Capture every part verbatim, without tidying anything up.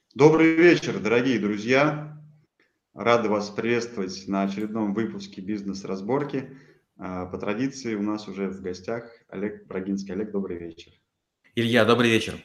Добрый вечер, дорогие друзья! Рады вас приветствовать на очередном выпуске «Бизнес-разборки». А, По традиции у нас уже в гостях Олег Брагинский. Олег, добрый вечер. Илья, добрый вечер.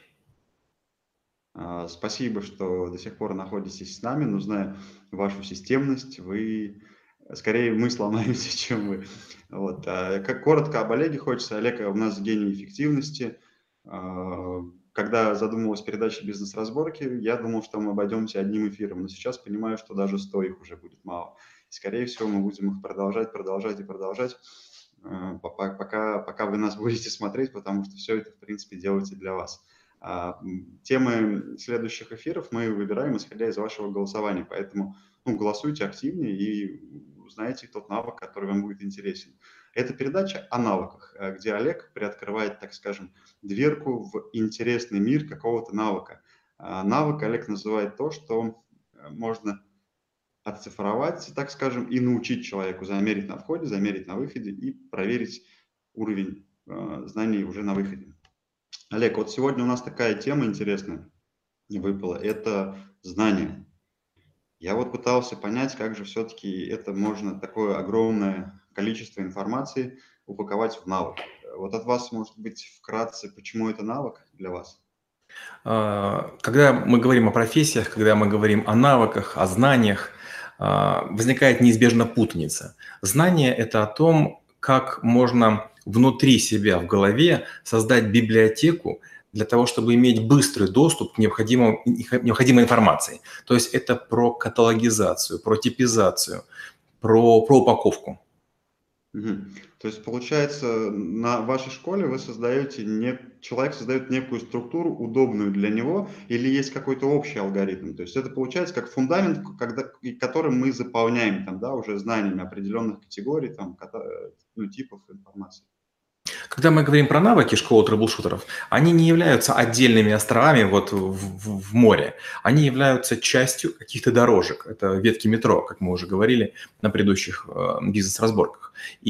А, Спасибо, что до сих пор находитесь с нами, но зная вашу системность, вы скорее мы сломаемся, чем вы. Вот. а, Как коротко об Олеге хочется. Олег у нас гений эффективности. А, Когда задумывалась передача «Бизнес-разборки», я думал, что мы обойдемся одним эфиром, но сейчас понимаю, что даже сто их уже будет мало. И, скорее всего, мы будем их продолжать, продолжать и продолжать, а, пока, пока, пока вы нас будете смотреть, потому что все это, в принципе, делается для вас. А, м, Темы следующих эфиров мы выбираем, исходя из вашего голосования, поэтому ну, голосуйте активнее и узнаете тот навык, который вам будет интересен. Это передача о навыках, э, где Олег приоткрывает, так скажем, дверку в интересный мир какого-то навыка. А Навык Олег называет то, что э, можно оцифровать, так скажем, и научить человеку замерить на входе, замерить на выходе и проверить уровень э, знаний уже на выходе. Олег, вот сегодня у нас такая тема интересная выпала. Это знания. Я вот пытался понять, как же все-таки это можно, такое огромное количество информации упаковать в навык. Э, Вот от вас, может быть, вкратце, почему это навык для вас? А, Когда мы говорим о профессиях, когда мы говорим о навыках, о знаниях, а, возникает неизбежно путаница. Знание – это о том, как можно внутри себя, в голове создать библиотеку для того, чтобы иметь быстрый доступ к необходимому- необходимой информации. То есть это про каталогизацию, про типизацию, про, про упаковку. Мгм. То есть, получается, на вашей школе вы создаете, не... человек создает некую структуру, удобную для него, или есть какой-то общий алгоритм? То есть это получается как фундамент, когда... и которым мы заполняем там, да, уже знаниями определенных категорий, там, ката- ну, типов информации. Когда мы говорим про навыки школы трэблшутеров, они не являются отдельными островами вот в, в- в море. Они являются частью каких-то дорожек. Это ветки метро, как мы уже говорили на предыдущих э, бизнес-разборках.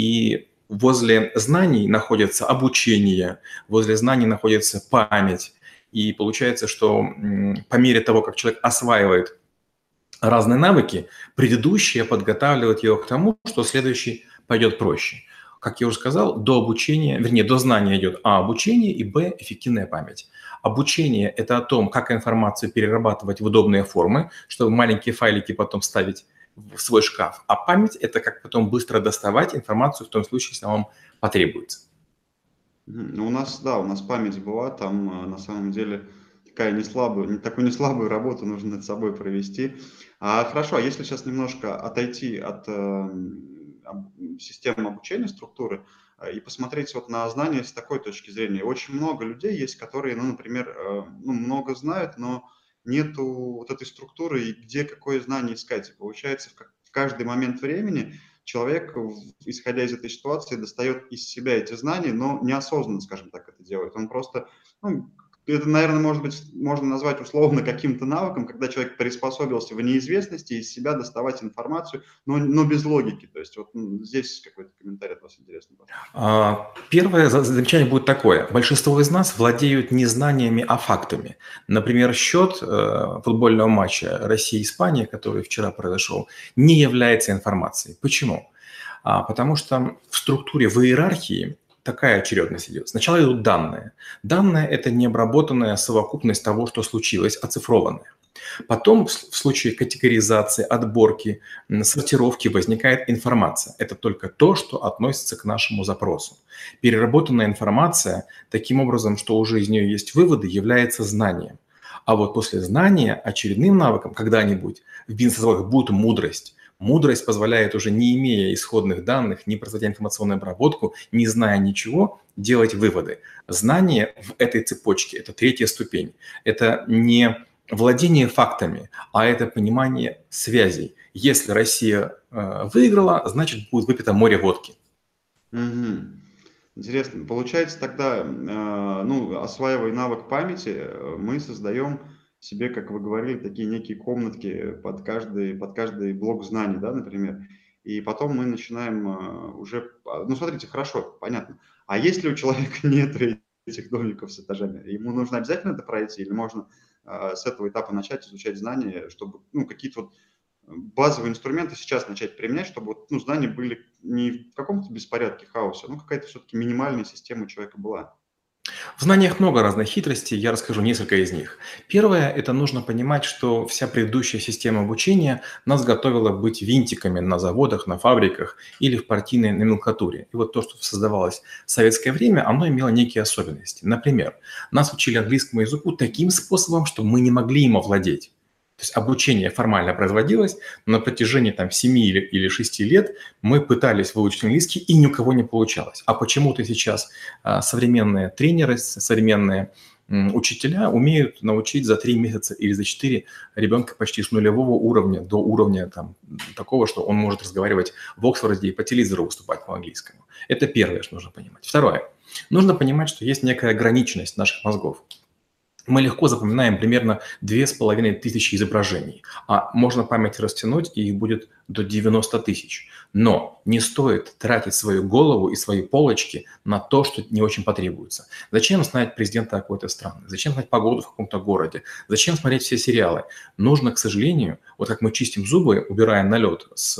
И возле знаний находится обучение, возле знаний находится память. И получается, что м, по мере того, как человек осваивает разные навыки, предыдущие подготавливают его к тому, что следующий пойдет проще. Как я уже сказал, до обучения, вернее, до знания идет А – обучение и Б – эффективная память. Обучение – это о том, как информацию перерабатывать в удобные формы, чтобы маленькие файлики потом ставить в свой шкаф. А память – это как потом быстро доставать информацию в том случае, если вам потребуется. Мгм. Ну, у нас, да, у нас память была, там э, на самом деле такая не слабую, не такую не слабую работу нужно над собой провести. А, хорошо, а если сейчас немножко отойти от эм, об- системы обучения, структуры, э, и посмотреть вот на знания с такой точки зрения. Очень много людей есть, которые, ну, например, э, ну, много знают, но нету вот этой структуры, и где какое знание искать. И получается, в, как- в каждый момент времени человек, в- исходя из этой ситуации, достает из себя эти знания, но неосознанно, скажем так, это делает. Он просто, ну, это, наверное, может быть, можно назвать условно каким-то навыком, когда человек приспособился в неизвестности из себя доставать информацию, но, но без логики. То есть вот м, здесь какой-то комментарий от вас интересно послушать. А, Первое за- замечание будет такое. Большинство из нас владеют не знаниями, а фактами. Например, счет э, футбольного матча Россия-Испания, который вчера произошел, не является информацией. Почему? А, потому что в структуре, в иерархии такая очередность идет. Сначала идут данные. Данные – это необработанная совокупность того, что случилось, оцифрованная. Потом в с- в случае категоризации, отборки, м, сортировки возникает информация. Это только то, что относится к нашему запросу. Переработанная информация таким образом, что уже из нее есть выводы, является знанием. А вот после знания очередным навыком когда-нибудь в бизнес-разговорах будет мудрость. Мудрость позволяет уже, не имея исходных данных, не производя информационную обработку, не зная ничего, делать выводы. Знание в этой цепочке – это третья ступень. Это не владение фактами, а это понимание связей. Если Россия э, выиграла, значит будет выпито море водки. Мгм. Интересно. Получается тогда, э, ну, осваивая навык памяти, э, мы создаем себе, как вы говорили, такие некие комнатки под каждый, под каждый блок знаний, да, например. И потом мы начинаем э, уже... а, Ну, смотрите, хорошо, понятно. А если у человека нет этих домиков с этажами. Ему нужно обязательно это пройти или можно э, с этого этапа начать изучать знания, чтобы ну, какие-то вот базовые инструменты сейчас начать применять, чтобы вот, ну, знания были не в каком-то беспорядке, хаосе, но какая-то все-таки минимальная система у человека была. В знаниях много разных хитростей, я расскажу несколько из них. Первое – это нужно понимать, что вся предыдущая система обучения нас готовила быть винтиками на заводах, на фабриках или в партийной номенклатуре. И вот то, что создавалось в советское время, оно имело некие особенности. Например, нас учили английскому языку таким способом, что мы не могли им овладеть. То есть обучение формально производилось, но на протяжении там, семи или, или шести лет мы пытались выучить английский, и ни у кого не получалось. А почему-то сейчас а, современные тренеры, современные м, учителя умеют научить за три месяца или за четыре ребенка почти с нулевого уровня до уровня там, такого, что он может разговаривать в Оксфорде и по телевизору выступать по-английскому. Это первое, что нужно понимать. Второе. Нужно понимать, что есть некая ограниченность наших мозгов. Мы легко запоминаем примерно две с половиной тысячи изображений, а можно память растянуть, и их будет до девяноста тысяч. Но не стоит тратить свою голову и свои полочки на то, что не очень потребуется. Зачем знать президента какой-то страны? Зачем знать погоду в каком-то городе? Зачем смотреть все сериалы? Нужно, к сожалению, вот как мы чистим зубы, убирая налет с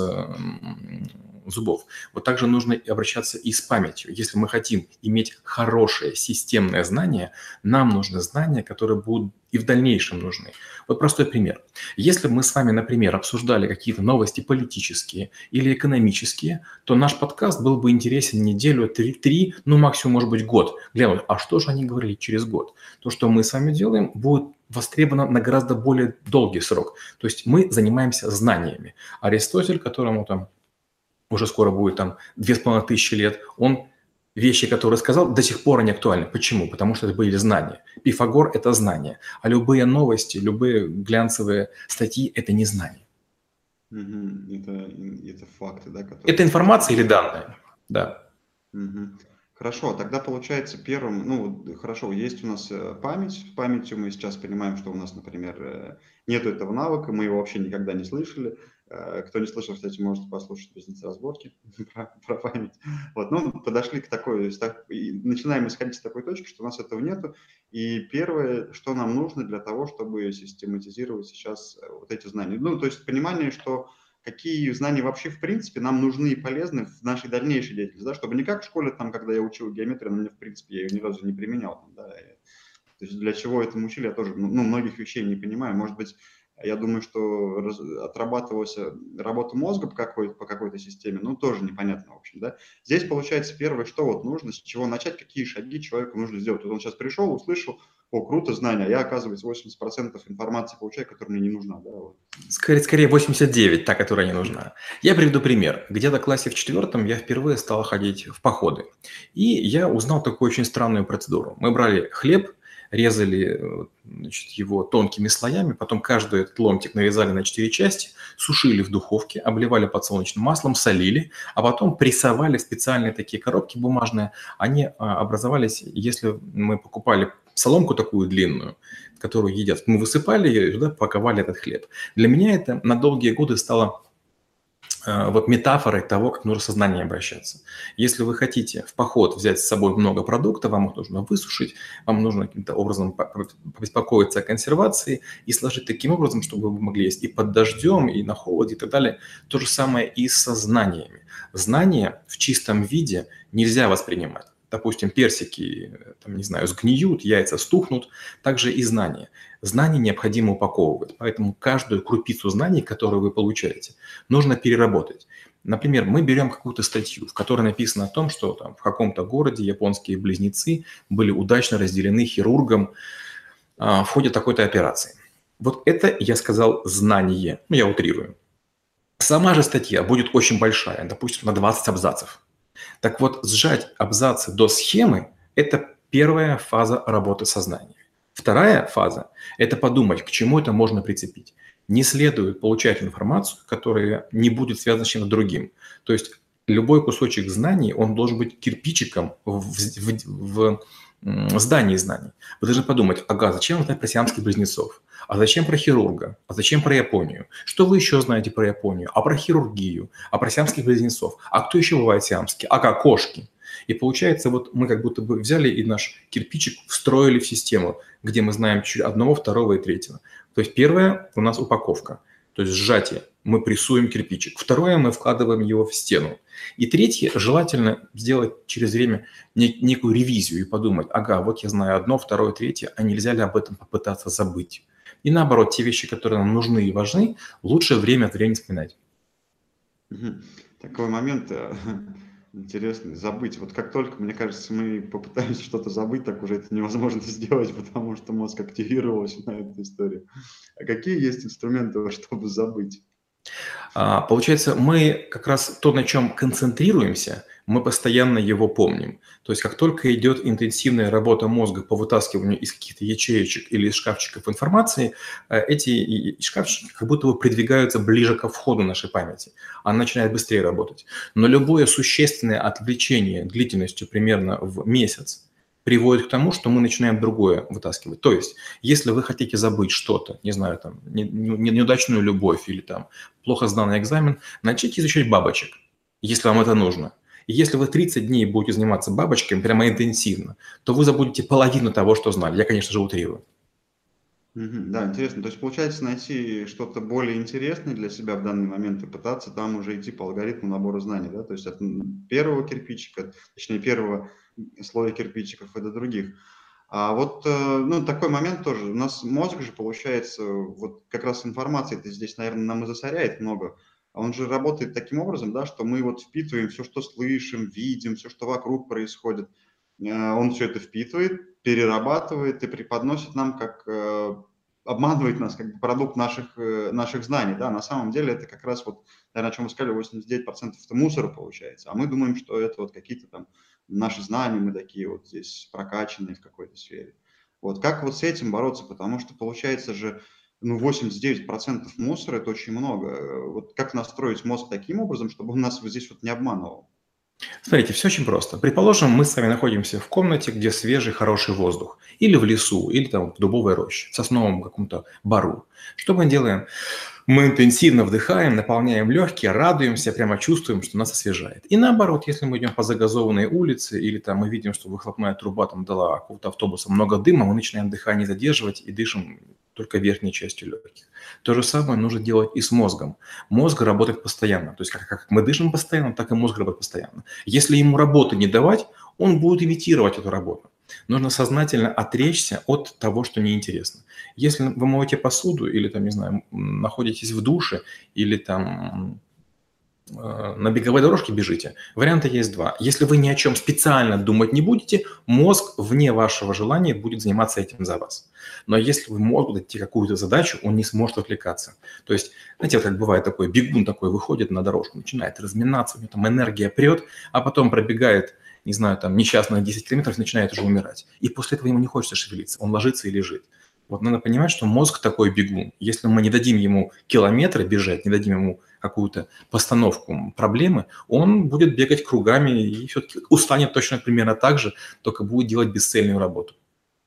зубов, вот также нужно обращаться и с памятью. Если мы хотим иметь хорошее системное знание, нам нужны знания, которые будут и в дальнейшем нужны. Вот простой пример. Если бы мы с вами, например, обсуждали какие-то новости политические или экономические, то наш подкаст был бы интересен неделю, три, три, ну максимум, может быть, год. Глянуть, а что же они говорили через год? То, что мы с вами делаем, будет востребовано на гораздо более долгий срок. То есть мы занимаемся знаниями. Аристотель, которому там уже скоро будет там две с половиной тысячи лет, он вещи, которые сказал, до сих пор они актуальны. Почему? Потому что это были знания. Пифагор – это знания. А любые новости, любые глянцевые статьи – это не знания. Угу. Это, это факты, да? Которые... Это информация или данные? Да. Угу. Хорошо, тогда получается первым, ну, хорошо, есть у нас память, с памятью мы сейчас понимаем, что у нас, например, нету этого навыка, мы его вообще никогда не слышали. Кто не слышал, кстати, можете послушать бизнес-разборки про, про память. Вот, ну, подошли к такой, и начинаем исходить с такой точки, что у нас этого нету. И первое, что нам нужно для того, чтобы систематизировать сейчас вот эти знания. Ну, то есть понимание, что какие знания вообще в принципе нам нужны и полезны в нашей дальнейшей деятельности, да, чтобы не как в школе, там, когда я учил геометрию, но мне, в принципе, я ее ни разу не применял. Там, да, и, то есть для чего этому учили, я тоже, ну, многих вещей не понимаю. Может быть, я думаю, что раз, отрабатывалась работа мозга по какой-то, по какой-то системе, ну, тоже непонятно, в общем, да. Здесь, получается, первое, что вот нужно, с чего начать, какие шаги человеку нужно сделать. Вот он сейчас пришел, услышал, о, круто, знания, а я, оказывается, восемьдесят процентов информации получаю, которая мне не нужна, да. Вот. Скорее, скорее восемьдесят девять, та, которая не нужна. Я приведу пример. Где-то в классе в четвертом я впервые стал ходить в походы, и я узнал такую очень странную процедуру. Мы брали хлеб, резали, значит, его тонкими слоями, потом каждый этот ломтик нарезали на четыре части, сушили в духовке, обливали подсолнечным маслом, солили, а потом прессовали специальные такие коробки бумажные. Они образовались, если мы покупали соломку такую длинную, которую едят, мы высыпали ее и туда паковали этот хлеб. Для меня это на долгие годы стало вот метафорой того, как нужно со знанием обращаться. Если вы хотите в поход взять с собой много продуктов, вам их нужно высушить, вам нужно каким-то образом побеспокоиться о консервации и сложить таким образом, чтобы вы могли есть и под дождем, и на холоде, и так далее. То же самое и со знаниями. Знания в чистом виде нельзя воспринимать. Допустим, персики, там, не знаю, сгниют, яйца стухнут, также и знания. Знания необходимо упаковывать, поэтому каждую крупицу знаний, которую вы получаете, нужно переработать. Например, мы берем какую-то статью, в которой написано о том, что там, в каком-то городе японские близнецы были удачно разделены хирургом а, в ходе такой-то операции. Вот это, я сказал, знание, ну, я утрирую. Сама же статья будет очень большая, допустим, на двадцать абзацев. Так вот, сжать абзацы до схемы – это первая фаза работы со знаниями. Вторая фаза – это подумать, к чему это можно прицепить. Не следует получать информацию, которая не будет связана с чем-то другим. То есть любой кусочек знаний, он должен быть кирпичиком в, в, в здании знаний. Вы должны подумать, ага, зачем знать про сиамских близнецов? А зачем про хирурга? А зачем про Японию? Что вы еще знаете про Японию? А про хирургию? А про сиамских близнецов? А кто еще бывает сиамские? А как кошки? И получается, вот мы как будто бы взяли и наш кирпичик встроили в систему, где мы знаем чуть одного, второго и третьего. То есть первое у нас упаковка, то есть сжатие. Мы прессуем кирпичик. Второе, мы вкладываем его в стену. И третье, желательно сделать через время некую ревизию и подумать, ага, вот я знаю одно, второе, третье, а нельзя ли об этом попытаться забыть? И наоборот, те вещи, которые нам нужны и важны, лучше время от времени вспоминать. Мгм. Такой момент э, интересный, забыть. Вот как только, мне кажется, мы попытаемся что-то забыть, так уже это невозможно сделать, потому что мозг активировался на эту историю. А какие есть инструменты, чтобы забыть? А, Получается, мы как раз то, на чем концентрируемся, мы постоянно его помним. То есть как только идет интенсивная работа мозга по вытаскиванию из каких-то ячеечек или из шкафчиков информации, э, эти и- и шкафчики как будто бы придвигаются ближе ко входу нашей памяти. Она начинает быстрее работать. Но любое существенное отвлечение длительностью примерно в месяц приводит к тому, что мы начинаем другое вытаскивать. То есть, если вы хотите забыть что-то, не знаю, там, не- не- неудачную любовь или там плохо сданный экзамен, начните изучать бабочек, если вам это нужно. И если вы тридцать дней будете заниматься бабочками прямо интенсивно, то вы забудете половину того, что знали. Я, конечно же, утрирую. Мгм. Да, интересно. То есть получается найти что-то более интересное для себя в данный момент и пытаться там уже идти по алгоритму набора знаний, да, то есть от м, первого кирпичика, точнее первого слоя кирпичиков и до других. А вот, э, ну, такой момент тоже. У нас мозг же, получается, вот как раз информации-то здесь, наверное, нам и засоряет много. А он же работает таким образом, да, что мы вот впитываем все, что слышим, видим, все, что вокруг происходит. Э, Он все это впитывает, перерабатывает и преподносит нам как э, обманывает нас, как бы продукт наших, э, наших знаний, да, на самом деле это как раз вот, наверное, о чем вы сказали, восемьдесят девять процентов это мусора получается, а мы думаем, что это вот какие-то там наши знания, мы такие вот здесь прокачанные в какой-то сфере. Вот как вот с этим бороться, потому что получается же, ну, восемьдесят девять процентов мусора – это очень много. Э, Вот как настроить мозг таким образом, чтобы он нас вот здесь вот не обманывал? Смотрите, все очень просто. Предположим, мы с вами находимся в комнате, где свежий, хороший воздух. Или в лесу, или там в дубовой роще, в сосновом каком-то бару. Что мы делаем? Мы интенсивно вдыхаем, наполняем легкие, радуемся, прямо чувствуем, что нас освежает. И наоборот, если мы идем по загазованной улице, или там мы видим, что выхлопная труба там дала какого-то автобуса много дыма, мы начинаем дыхание задерживать и дышим только верхней частью легких. То же самое нужно делать и с мозгом. Мозг работает постоянно. То есть как, как мы дышим постоянно, так и мозг работает постоянно. Если ему работы не давать, он будет имитировать эту работу. Нужно сознательно отречься от того, что неинтересно. Если вы моете посуду или, там, не знаю, находитесь в душе или там э, на беговой дорожке бежите, варианта есть два. Если вы ни о чем специально думать не будете, мозг вне вашего желания будет заниматься этим за вас. Но если вы мозгу дадите какую-то задачу, он не сможет отвлекаться. То есть, знаете, вот как бывает такой, бегун такой выходит на дорожку, начинает разминаться, у него там энергия прет, а потом пробегает, не знаю, там несчастные десять километров, начинает уже умирать. И после этого ему не хочется шевелиться, он ложится и лежит. Вот надо понимать, что мозг такой бегун. Если мы не дадим ему километры бежать, не дадим ему какую-то постановку проблемы, он будет бегать кругами и все-таки устанет точно примерно так же, только будет делать бесцельную работу.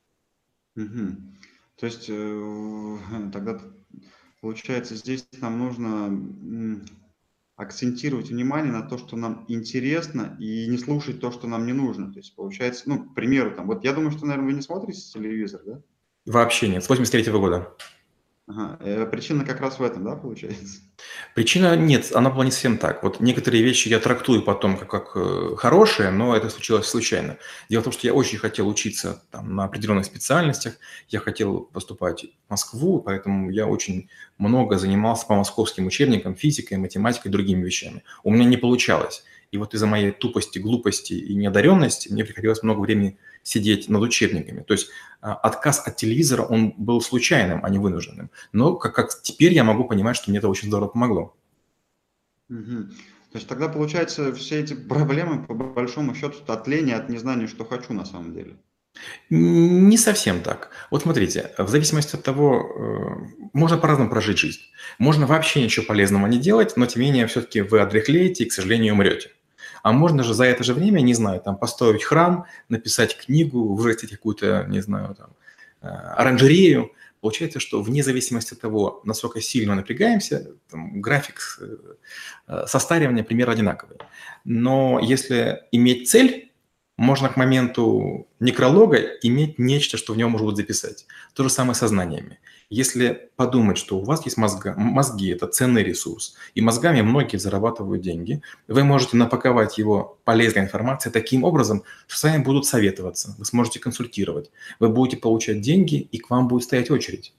Мгм. То есть э, тогда получается здесь нам нужно м, акцентировать внимание на то, что нам интересно, и не слушать то, что нам не нужно. То есть получается, ну, к примеру, там, вот я думаю, что, наверное, вы не смотрите телевизор, да? Вообще нет. С восемьдесят третьего года. Ага. Э, Причина как раз в этом, да, получается? Причина нет, она была не совсем так. Вот некоторые вещи я трактую потом как, как э, хорошие, но это случилось случайно. Дело в том, что я очень хотел учиться там, на определенных специальностях, я хотел поступать в Москву, поэтому я очень много занимался по московским учебникам, физикой, математикой и другими вещами. У меня не получалось. И вот из-за моей тупости, глупости и неодаренности мне приходилось много времени сидеть над учебниками. То есть а, отказ от телевизора, он был случайным, а не вынужденным. Но как, как теперь я могу понимать, что мне это очень здорово помогло. Мгм. То есть тогда, получается, все эти проблемы, по большому счету, это от лени, от незнания, что хочу на самом деле. Не совсем так. Вот смотрите, в зависимости от того, э, можно по-разному прожить жизнь. Можно вообще ничего полезного не делать, но тем не менее все-таки вы одряхлеете и, к сожалению, умрете. А можно же за это же время, не знаю, там построить храм, написать книгу, вырастить какую-то, не знаю, там, э, оранжерею. Получается, что вне зависимости от того, насколько сильно напрягаемся, там, график с- э, состаривания примерно одинаковый. Но если иметь цель, Можно к моменту некролога иметь нечто, что в нем можно будет записать. То же самое со знаниями. Если подумать, что у вас есть мозга, мозги – это ценный ресурс, и мозгами многие зарабатывают деньги, вы можете напаковать его полезной информацией таким образом, что с вами будут советоваться, вы сможете консультировать, вы будете получать деньги, и к вам будет стоять очередь.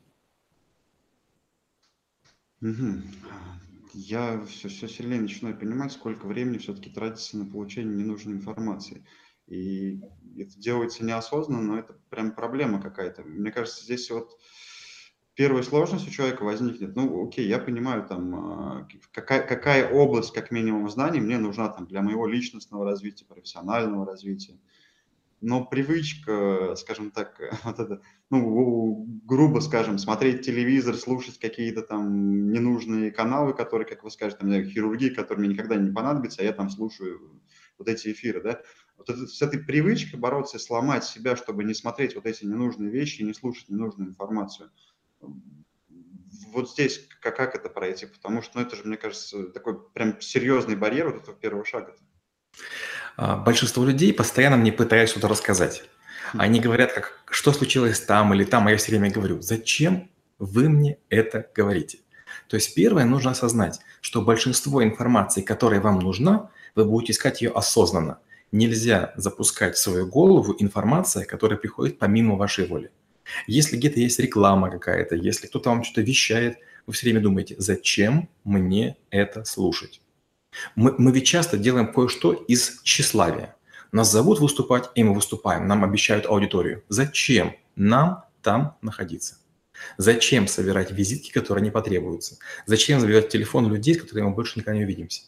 Мгм. Я все, все сильнее начинаю понимать, сколько времени все-таки тратится на получение ненужной информации. И это делается неосознанно, но это прям проблема какая-то. Мне кажется, здесь вот первая сложность у человека возникнет. Ну, окей, я понимаю, там, а, к- какая, какая область, как минимум, знаний мне нужна там, для моего личностного развития, профессионального развития. Но привычка, скажем так, вот это, ну, у- грубо скажем, смотреть телевизор, слушать какие-то там ненужные каналы, которые, как вы скажете, там, не знаю, хирургии, которые мне никогда не понадобятся, а я там слушаю вот эти эфиры, да. Вот это, с этой привычкой бороться, сломать себя, чтобы не смотреть вот эти ненужные вещи, не слушать ненужную информацию. Вот здесь как, как это пройти? Потому что, ну, это же, мне кажется, такой прям серьезный барьер вот этого первого шага. А, Большинство людей постоянно мне пытаются что-то рассказать. Они говорят, как, что случилось там или там, а я все время говорю, зачем вы мне это говорите? То есть первое, нужно осознать, что большинство информации, которая вам нужна, вы будете искать ее осознанно. Нельзя запускать в свою голову информация, которая приходит помимо вашей воли. Если где-то есть реклама какая-то, если кто-то вам что-то вещает, вы все время думаете, зачем мне это слушать? Мы, мы ведь часто делаем кое-что из тщеславия. Нас зовут выступать, и мы выступаем. Нам обещают аудиторию. Зачем нам там находиться? Зачем собирать визитки, которые не потребуются? Зачем забивать телефон людей, с которыми мы больше никогда не увидимся?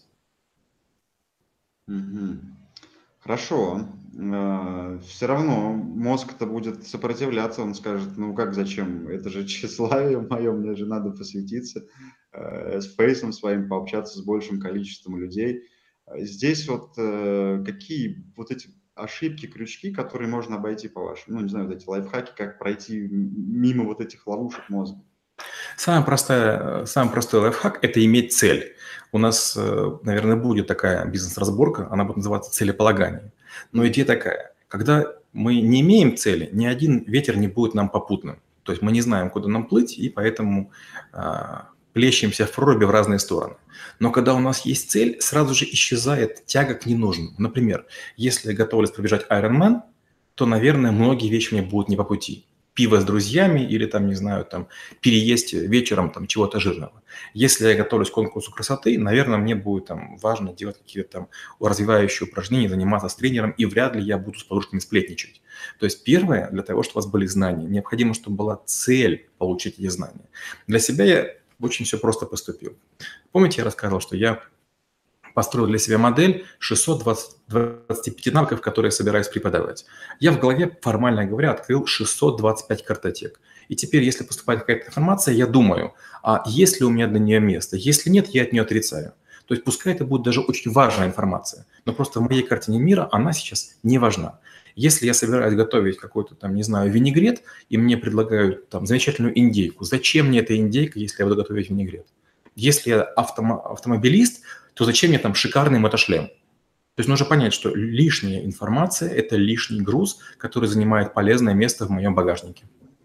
Мгм. Хорошо. Все равно мозг-то будет сопротивляться, он скажет, ну как, зачем? Это же тщеславие мое, мне же надо посвятиться, э, с фейсом своим, пообщаться с большим количеством людей. А Здесь вот э, какие вот эти ошибки, крючки, которые можно обойти по-вашему? Ну, не знаю, вот эти лайфхаки, как пройти м- мимо вот этих ловушек мозга. Самый, простая, самый простой лайфхак – это иметь цель. У нас, э, наверное, будет такая бизнес-разборка, она будет называться целеполагание. Но идея такая, когда мы не имеем цели, ни один ветер не будет нам попутным. То есть мы не знаем, куда нам плыть, и поэтому а, плещемся в проруби в разные стороны. Но когда у нас есть цель, сразу же исчезает тяга к ненужному. Например, если я готовлюсь пробежать Ironman, то, наверное, многие вещи мне будут не по пути. Пиво с друзьями или там, не знаю, там переесть вечером там чего-то жирного. Если я готовлюсь к конкурсу красоты, наверное, мне будет там важно делать какие-то там развивающие упражнения, заниматься с тренером, и вряд ли я буду с подружками сплетничать. То есть первое, для того, чтобы у вас были знания, необходимо, чтобы была цель получить эти знания. Для себя я очень все просто поступил. Помните, я рассказывал, что я построил для себя модель шестьсот двадцати пяти навыков, которые я собираюсь преподавать. Я в голове, формально говоря, открыл шестьсот двадцать пять картотек. И теперь, если поступает какая-то информация, я думаю, а есть ли у меня для нее место? Если нет, я от нее отрицаю. То есть пускай это будет даже очень важная информация, но просто в моей картине мира она сейчас не важна. Если я собираюсь готовить какой-то там, не знаю, винегрет, и мне предлагают там замечательную индейку, зачем мне эта индейка, если я буду готовить винегрет? Если я автомо- автомобилист, то зачем мне там шикарный мотошлем? То есть нужно понять, что лишняя информация – это лишний груз, который занимает полезное место в моем багажнике.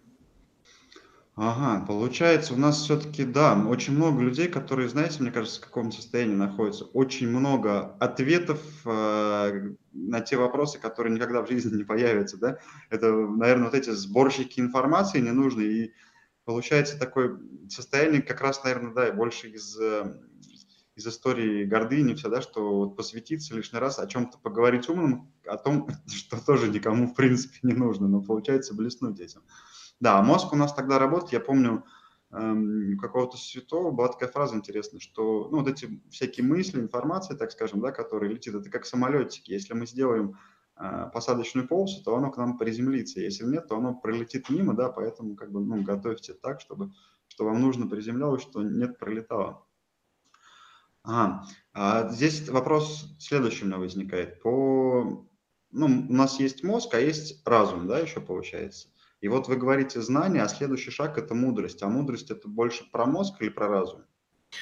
Ага, получается, у нас все-таки, да, очень много людей, которые, знаете, мне кажется, в каком состоянии находятся. Очень много ответов э, на те вопросы, которые никогда в жизни не появятся, да. Это, наверное, вот эти сборщики информации ненужные. И получается такое состояние как раз, наверное, да, и больше из, э, из истории гордыни всегда, что вот посвятиться лишний раз о чем-то поговорить умным, о том, что тоже никому, в принципе, не нужно, но получается блеснуть этим. Да, мозг у нас тогда работает. Я помню, эм, у какого-то святого была такая фраза интересная, что ну, вот эти всякие мысли, информация, так скажем, да, которая летит, это как самолетики. Если мы сделаем э, посадочную полосу, то оно к нам приземлится. Если нет, то оно пролетит мимо, да, поэтому как бы, ну, готовьте так, чтобы что вам нужно приземлялось, что нет, пролетало. Ага. А здесь вопрос следующий у меня возникает. По, ну, у нас есть мозг, а есть разум, да, еще получается. И вот вы говорите знание, а следующий шаг – это мудрость. А мудрость – это больше про мозг или про разум?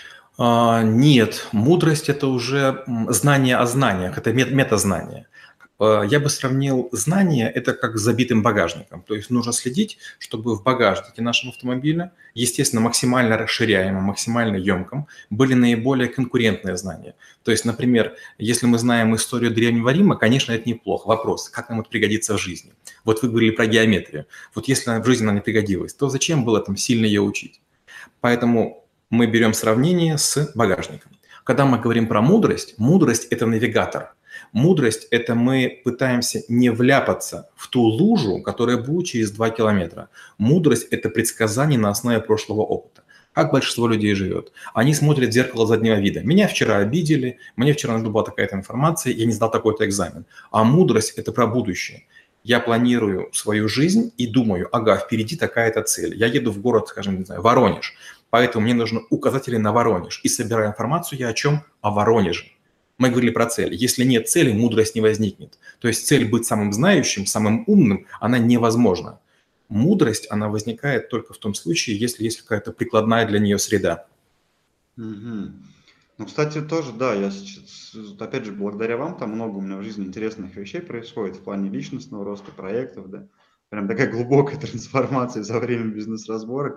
А, нет, мудрость – это уже м, знание о знаниях, это мет- метазнание. Я бы сравнил знания – это как с забитым багажником. То есть нужно следить, чтобы в багажнике нашего автомобиля, естественно, максимально расширяемом, максимально емком, были наиболее конкурентные знания. То есть, например, если мы знаем историю Древнего Рима, конечно, это неплохо. Вопрос, как нам это пригодится в жизни? Вот вы говорили про геометрию. Вот если она в жизни нам не пригодилась, то зачем было там сильно ее учить? Поэтому мы берем сравнение с багажником. Когда мы говорим про мудрость, мудрость – это навигатор. Мудрость – это мы пытаемся не вляпаться в ту лужу, которая будет через два километра. Мудрость – это предсказание на основе прошлого опыта. Как большинство людей живет? Они смотрят в зеркало заднего вида. Меня вчера обидели, мне вчера нужна была такая-то информация, я не сдал такой-то экзамен. А мудрость – это про будущее. Я планирую свою жизнь и думаю, ага, впереди такая-то цель. Я еду в город, скажем, не знаю, Воронеж, поэтому мне нужны указатели на Воронеж. И собираю информацию я о чем? О Воронеже. Мы говорили про цель. Если нет цели, мудрость не возникнет. То есть цель быть самым знающим, самым умным, она невозможна. Мудрость, она возникает только в том случае, если есть какая-то прикладная для нее среда. Угу. Ну, кстати, тоже, да, я сейчас, опять же, благодаря вам, там много у меня в жизни интересных вещей происходит в плане личностного роста, проектов, да. Прям такая глубокая трансформация за время бизнес-разборок.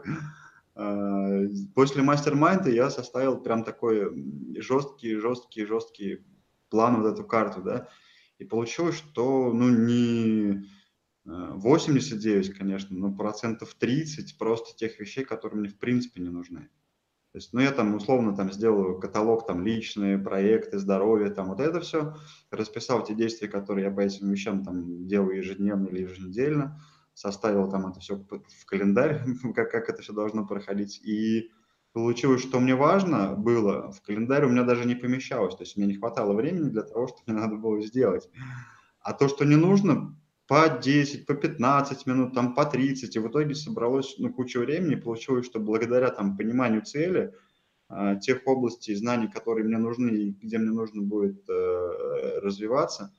После мастер-майнда я составил прям такой жесткий, жесткий, жесткий план, вот эту карту, да. И получилось, что, ну, не восемьдесят девять, конечно, но процентов тридцать просто тех вещей, которые мне в принципе не нужны. То есть, ну, я там условно там сделаю каталог, там, личные проекты, здоровье, там, вот это все, расписал те действия, которые я по этим вещам там делаю ежедневно или еженедельно, составил там это все в календарь, как, как это все должно проходить, и получилось, что мне важно было, в календарь у меня даже не помещалось, то есть мне не хватало времени для того, что мне надо было сделать. А то, что не нужно, по десять, по пятнадцать минут, там, по тридцать, и в итоге собралось, ну, куча времени, получилось, что благодаря там пониманию цели, э, тех областей знаний, которые мне нужны и где мне нужно будет э, развиваться,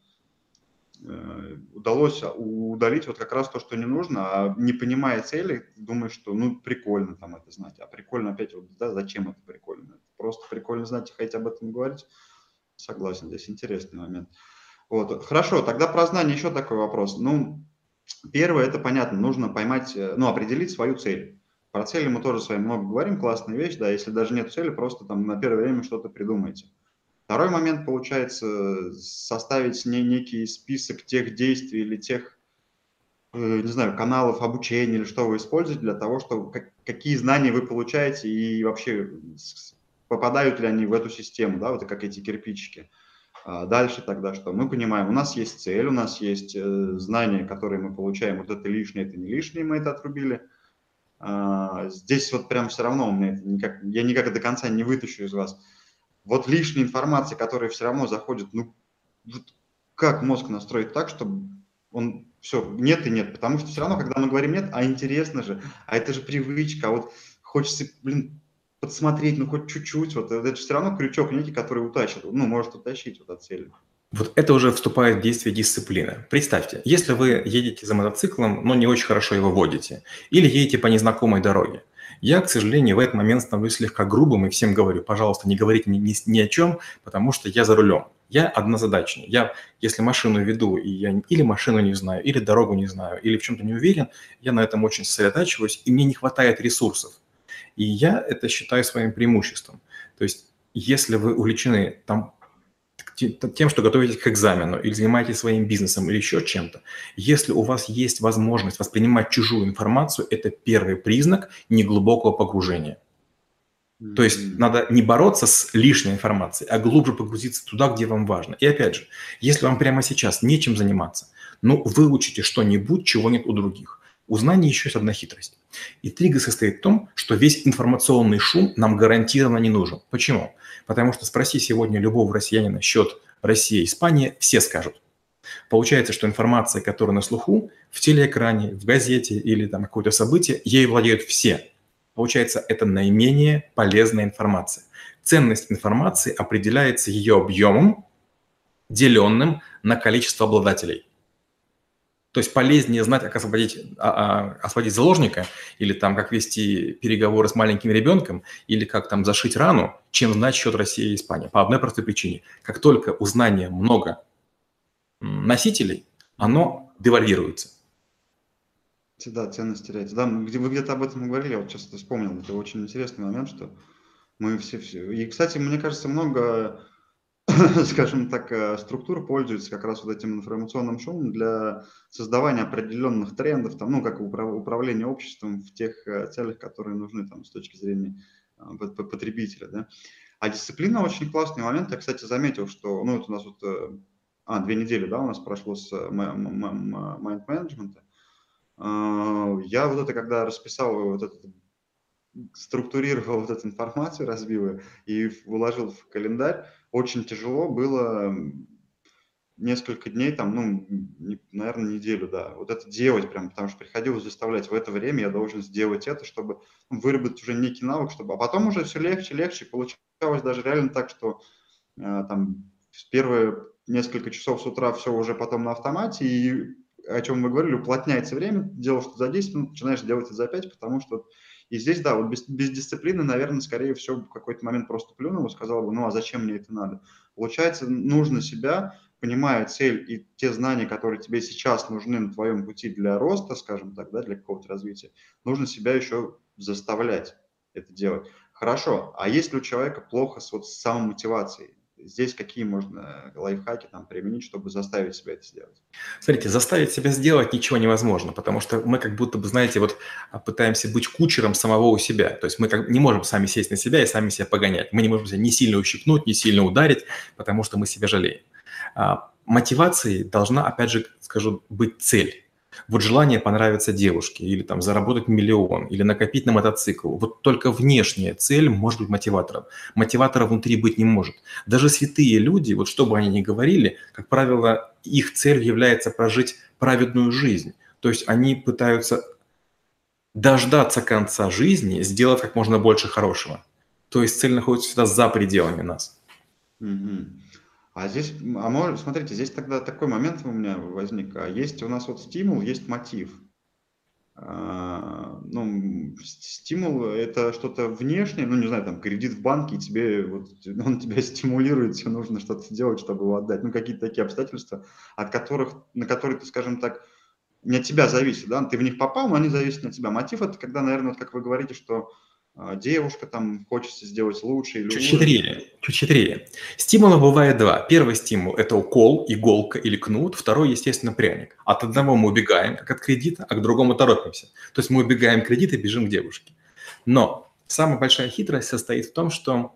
э, удалось удалить вот как раз то, что не нужно, а не понимая цели, думаешь, что, ну, прикольно там это знать, а прикольно опять вот, да, зачем это прикольно? Просто прикольно знать и хотеть об этом говорить. Согласен, здесь интересный момент. Вот, хорошо, тогда про знание еще такой вопрос. Ну, первое, это понятно, нужно поймать, ну, определить свою цель. Про цели мы тоже с вами много говорим, классная вещь, да, если даже нет цели, просто там на первое время что-то придумайте. Второй момент, получается, составить не, некий список тех действий или тех, э, не знаю, каналов обучения или что вы используете для того, чтобы, как, какие знания вы получаете и вообще попадают ли они в эту систему, да, вот как эти кирпичики. Дальше тогда что? Мы понимаем, у нас есть цель, у нас есть э, знания, которые мы получаем, вот это лишнее, это не лишнее, мы это отрубили. А, здесь вот прям все равно у меня это никак, я никак до конца не вытащу из вас. Вот лишняя информация, которая все равно заходит, ну, вот как мозг настроить так, чтобы он все, нет и нет, потому что все равно, когда мы говорим нет, а интересно же, а это же привычка, а вот хочется, блин, подсмотреть, ну, хоть чуть-чуть, вот это же все равно крючок некий, который утащит, ну, может утащить вот от цели. Вот это уже вступает в действие дисциплины. Представьте, если вы едете за мотоциклом, но не очень хорошо его водите, или едете по незнакомой дороге, я, к сожалению, в этот момент становлюсь слегка грубым и всем говорю, пожалуйста, не говорите ни, ни, ни о чем, потому что я за рулем. Я однозадачный. Я, если машину веду, и я или машину не знаю, или дорогу не знаю, или в чем-то не уверен, я на этом очень сосредотачиваюсь, и мне не хватает ресурсов. И я это считаю своим преимуществом. То есть, если вы увлечены там, тем, что готовитесь к экзамену, или занимаетесь своим бизнесом, или еще чем-то, если у вас есть возможность воспринимать чужую информацию, это первый признак неглубокого погружения. Mm-hmm. То есть надо не бороться с лишней информацией, а глубже погрузиться туда, где вам важно. И опять же, если вам прямо сейчас нечем заниматься, ну, выучите что-нибудь, чего нет у других. У знаний еще есть одна хитрость. Интрига состоит в том, что весь информационный шум нам гарантированно не нужен. Почему? Потому что спроси сегодня любого россиянина счет Россия, Испания, все скажут. Получается, что информация, которая на слуху, в телеэкране, в газете или там какое-то событие, ею владеют все. Получается, это наименее полезная информация. Ценность информации определяется ее объемом, деленным на количество обладателей. То есть полезнее знать, как освободить, а, а, освободить заложника, или там, как вести переговоры с маленьким ребенком, или как там зашить рану, чем знать счет России и Испании. По одной простой причине. Как только у знания много носителей, оно девальвируется. Всегда ценность теряется. Да, мы где- вы где-то об этом говорили, я вот сейчас это вспомнил. Это очень интересный момент, что мы все, все... И, кстати, мне кажется, много, скажем так, э, структур пользуются как раз вот этим информационным шумом для создавания определенных трендов, там, ну, как управ- управление обществом в тех э, целях, которые нужны там, с точки зрения э, пот- пот- потребителя. Да? А дисциплина очень классный момент. Я, кстати, заметил, что, ну, вот у нас вот, э, а, две недели, да, у нас прошло с майнд-менеджмента. Я вот это, когда расписал вот этот, структурировал вот эту информацию, разбил ее и в- уложил в календарь, очень тяжело было м, несколько дней, там, ну, не- наверное, неделю, да, вот это делать прям, потому что приходилось заставлять в это время, я должен сделать это, чтобы ну, выработать уже некий навык, чтобы, а потом уже все легче, легче, получалось даже реально так, что а, там с первые несколько часов с утра все уже потом на автомате, и о чем мы говорили, уплотняется время, делал что за десять минут, начинаешь делать это за пять, потому что и здесь, да, вот без, без дисциплины, наверное, скорее всего, в какой-то момент просто плюнул и сказал бы, ну, а зачем мне это надо? Получается, нужно себя, понимая цель и те знания, которые тебе сейчас нужны на твоем пути для роста, скажем так, да, для какого-то развития, нужно себя еще заставлять это делать. Хорошо, а если у человека плохо с, вот, с самомотивацией, здесь какие можно лайфхаки там применить, чтобы заставить себя это сделать? Смотрите, заставить себя сделать ничего невозможно, потому что мы как будто бы, знаете, вот а, пытаемся быть кучером самого у себя. То есть мы как, не можем сами сесть на себя и сами себя погонять. Мы не можем себя ни сильно ущипнуть, ни сильно ударить, потому что мы себя жалеем. А, мотивацией должна, опять же, скажу, быть цель. Вот желание понравиться девушке, или там заработать миллион, или накопить на мотоцикл. Вот только внешняя цель может быть мотиватором. Мотиватора внутри быть не может. Даже святые люди, вот что бы они ни говорили, как правило, их целью является прожить праведную жизнь. То есть они пытаются дождаться конца жизни, сделав как можно больше хорошего. То есть цель находится всегда за пределами нас. Мгм. А здесь, м, а может, смотрите, здесь тогда такой момент у меня возник. А есть у нас вот стимул, есть мотив. А, ну, м, с- стимул– это что-то внешнее, ну, не знаю, там, кредит в банке, и тебе, вот, он тебя стимулирует, тебе нужно что-то делать, чтобы его отдать. Ну, какие-то такие обстоятельства, от которых, на которые ты, скажем так, не от тебя зависит, да, ты в них попал, но они зависят от тебя. Мотив– это когда, наверное, вот как вы говорите, что а, девушка там хочется сделать лучше или Чуть уровень. хитрее, чуть хитрее. Стимулов бывает два. Первый стимул– это укол, иголка или кнут. Второй, естественно, пряник. От одного мы убегаем, как от кредита, а к другому торопимся. То есть мы убегаем кредит и бежим к девушке. Но самая большая хитрость состоит в том, что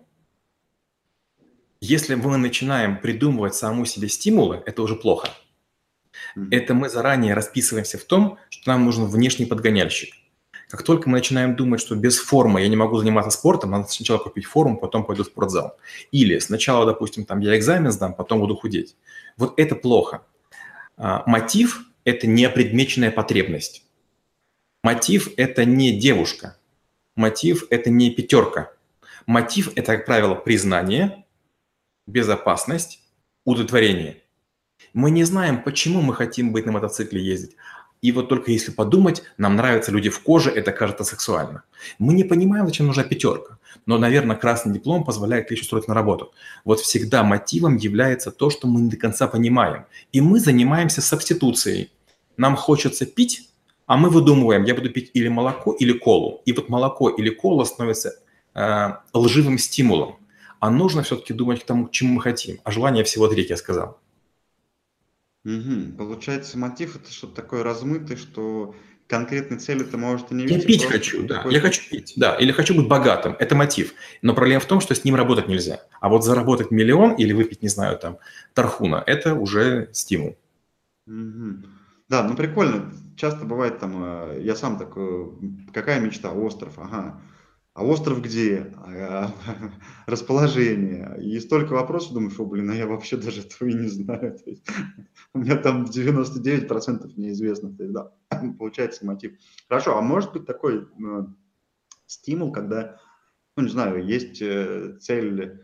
если мы начинаем придумывать самому себе стимулы, это уже плохо. Мгм. Это мы заранее расписываемся в том, что нам нужен внешний подгоняльщик. Как только мы начинаем думать, что без формы я не могу заниматься спортом, надо сначала купить форму, потом пойду в спортзал. Или сначала, допустим, там я экзамен сдам, потом буду худеть. Вот это плохо. А, мотив– это не предмеченная потребность. Мотив– это не девушка. Мотив– это не пятерка. Мотив– это, как правило, признание, безопасность, удовлетворение. Мы не знаем, почему мы хотим быть на мотоцикле ездить. И вот только если подумать, нам нравятся люди в коже, это кажется сексуально. Мы не понимаем, зачем нужна пятерка. Но, наверное, красный диплом позволяет лишь устроить на работу. Вот всегда мотивом является то, что мы не до конца понимаем. И мы занимаемся субституцией. Нам хочется пить, а мы выдумываем, я буду пить или молоко, или колу. И вот молоко или кола становится э, лживым стимулом. А нужно все-таки думать к тому, к чему мы хотим. А желание всего три, я сказал. Мгм. Получается, мотив– это что-то такое размытое, что конкретной цели ты, может, и не Я видеть, пить просто хочу, да. Я какой-то… хочу пить, да. Или хочу быть богатым. Это мотив. Но проблема в том, что с ним работать нельзя. А вот заработать миллион или выпить, не знаю, там, тархуна– это уже стимул. Мгм. Да, ну прикольно. Часто бывает там, э, я сам такой, м, какая мечта? Остров, ага. А остров где? А, расположение. И столько вопросов, думаешь, о, блин, а я вообще даже этого и не знаю. То есть у меня там девяносто девять процентов неизвестно. То есть, да, получается мотив. Хорошо, а может быть такой э, стимул, когда, ну не знаю, есть э, цель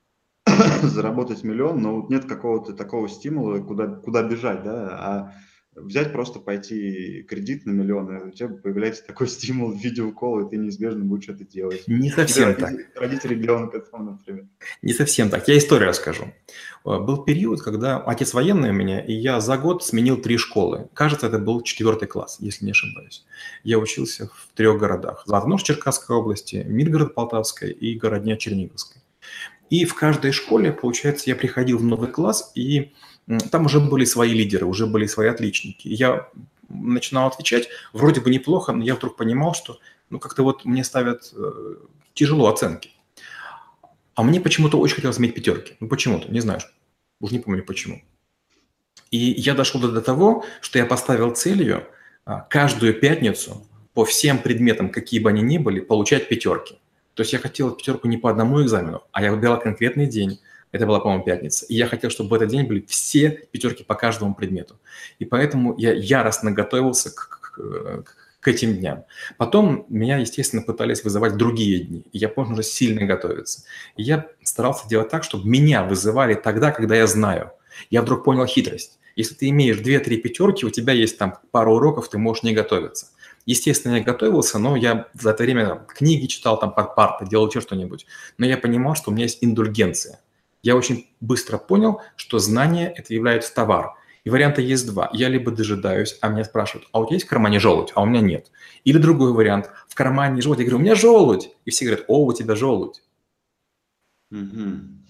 заработать миллион, но вот нет какого-то такого стимула, куда, куда бежать, да, а взять просто пойти кредит на миллионы, у тебя появляется такой стимул в видеоколл, и ты неизбежно будешь это делать. Не Или совсем так. родитель, родитель ребенка там, например. Не совсем так. Я историю расскажу. Э, Был период, когда отец военный у меня, и я за год сменил три школы. Кажется, это был четвертый класс, если не ошибаюсь. Я учился в трех городах. Златоуст Черкасской области, Миргород Полтавской и Городня Черниговской. И в каждой школе, получается, я приходил в новый класс, и м, там уже были свои лидеры, уже были свои отличники. И я начинал отвечать, вроде бы неплохо, но я вдруг понимал, что ну как-то вот мне ставят э, тяжело оценки. А мне почему-то очень хотелось иметь пятерки. Ну почему-то, не знаю, уже не помню почему. И я дошел до того, что я поставил целью а, каждую пятницу по всем предметам, какие бы они ни были, получать пятерки. То есть я хотел пятерку не по одному экзамену, а я выбирал конкретный день. Это была, по-моему, пятница. И я хотел, чтобы в этот день были все пятерки по каждому предмету. И поэтому я яростно готовился к, к, к этим дням. Потом меня, естественно, пытались вызывать в другие дни. И я понял, уже сильно готовиться. И я старался делать так, чтобы меня вызывали тогда, когда я знаю. Я вдруг понял хитрость. Если ты имеешь две-три пятерки, у тебя есть там пару уроков, ты можешь не готовиться. Естественно, я готовился, но я за это время там, книги читал там под партой, делал еще что-нибудь. Но я понимал, что у меня есть индульгенция. Я очень быстро понял, что знание – это является товар. И варианта есть два. Я либо дожидаюсь, а меня спрашивают, а у тебя есть в кармане желудь? А у меня нет. Или другой вариант. В кармане желудь. Я говорю, у меня желудь. И все говорят, о, у тебя желудь. Мгм.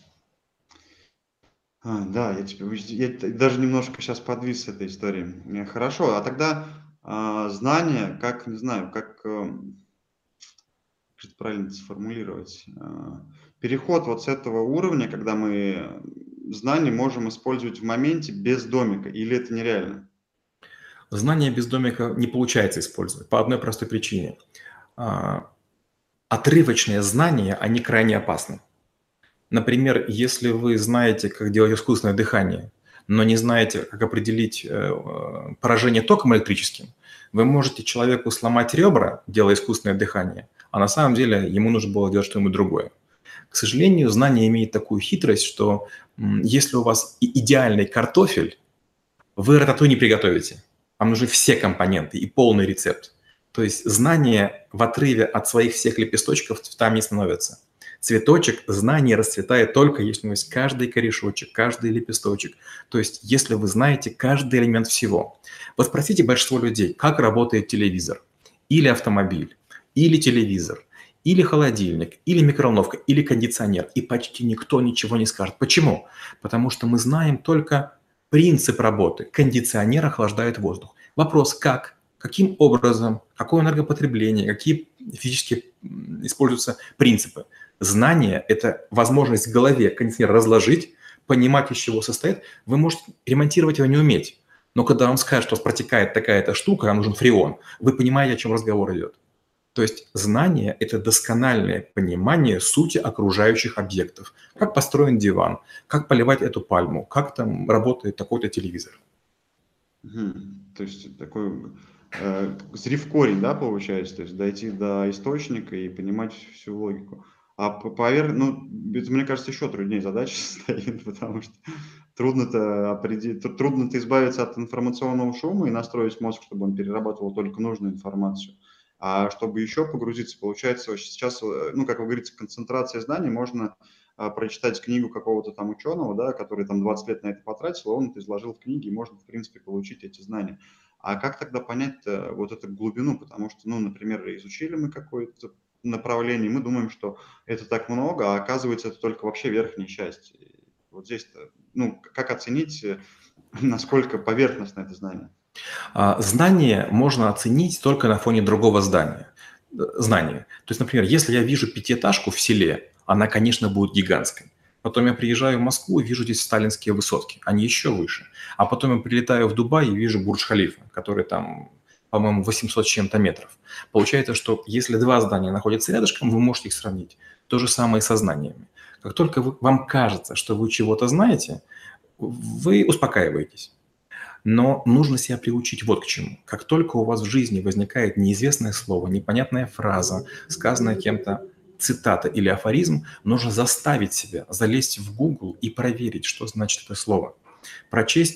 А, да, я тебе уж- я т- даже немножко сейчас подвис с этой историей. Э, Хорошо, а тогда а, знания, как, не знаю, как, эм, как это правильно сформулировать? А, Переход вот с этого уровня, когда мы знания можем использовать в моменте без домика, или это нереально? Знание без домика не получается использовать по одной простой причине. А, Отрывочные знания, они крайне опасны. Например, если вы знаете, как делать искусственное дыхание, но не знаете, как определить э, э, поражение током электрическим, вы можете человеку сломать ребра, делая искусственное дыхание, а на самом деле ему нужно было делать что-нибудь другое. К сожалению, знание имеет такую хитрость, что м, если у вас и- идеальный картофель, вы рататуй не приготовите. Вам нужны все компоненты и полный рецепт. То есть знание в отрыве от своих всех лепесточков там не становится. Цветочек знание расцветает только, если у него есть каждый корешочек, каждый лепесточек. То есть если вы знаете каждый элемент всего. Вот спросите большинство людей, как работает телевизор, или автомобиль, или телевизор, или холодильник, или микроволновка, или кондиционер. И почти никто ничего не скажет. Почему? Потому что мы знаем только принцип работы. Кондиционер охлаждает воздух. Вопрос как? Каким образом? Какое энергопотребление? Какие физически м, используются принципы? Знание – это возможность в голове кондиционер разложить, понимать, из чего состоит. Вы можете ремонтировать его не уметь. Но когда вам скажут, что протекает такая-то штука, вам нужен фреон, вы понимаете, о чем разговор идет. То есть знание – это доскональное понимание сути окружающих объектов. Как построен диван, как поливать эту пальму, как там работает такой-то телевизор. Мгм. То есть такой э, зрив корень, да, получается, то есть дойти до источника и понимать всю логику. А по повер... ну, это, мне кажется, еще труднее задача стоит, потому что трудно-то определить, тр- трудно-то избавиться от информационного шума и настроить мозг, чтобы он перерабатывал только нужную информацию. А чтобы еще погрузиться, получается, вот сейчас, э, ну, как вы говорите, концентрация знаний, можно а, прочитать книгу какого-то там ученого, да, который там двадцать лет на это потратил, он это изложил в книге, и можно, в принципе, получить эти знания. А как тогда понять э, вот эту глубину? Потому что, ну, например, изучили мы какое-то направление, мы думаем, что это так много, а оказывается, это только вообще верхняя часть. И вот здесь-то, ну, как оценить, э, насколько поверхностно это знание? А знание можно оценить только на фоне другого здания. э, Знания. То есть, например, если я вижу пятиэтажку в селе, она, конечно, будет гигантской. Потом я приезжаю в Москву и вижу здесь сталинские высотки, они еще выше. А потом я прилетаю в Дубай и вижу Бурдж-Халифа, который там, по-моему, восемьсот с чем-то метров. Получается, что если два здания находятся рядышком, вы можете их сравнить. То же самое и со знаниями. Как только вы, вам кажется, что вы чего-то знаете, вы успокаиваетесь. Но нужно себя приучить вот к чему. Как только у вас в жизни возникает неизвестное слово, непонятная фраза, сказанная кем-то цитата или афоризм, нужно заставить себя залезть в Google и проверить, что значит это слово. Прочесть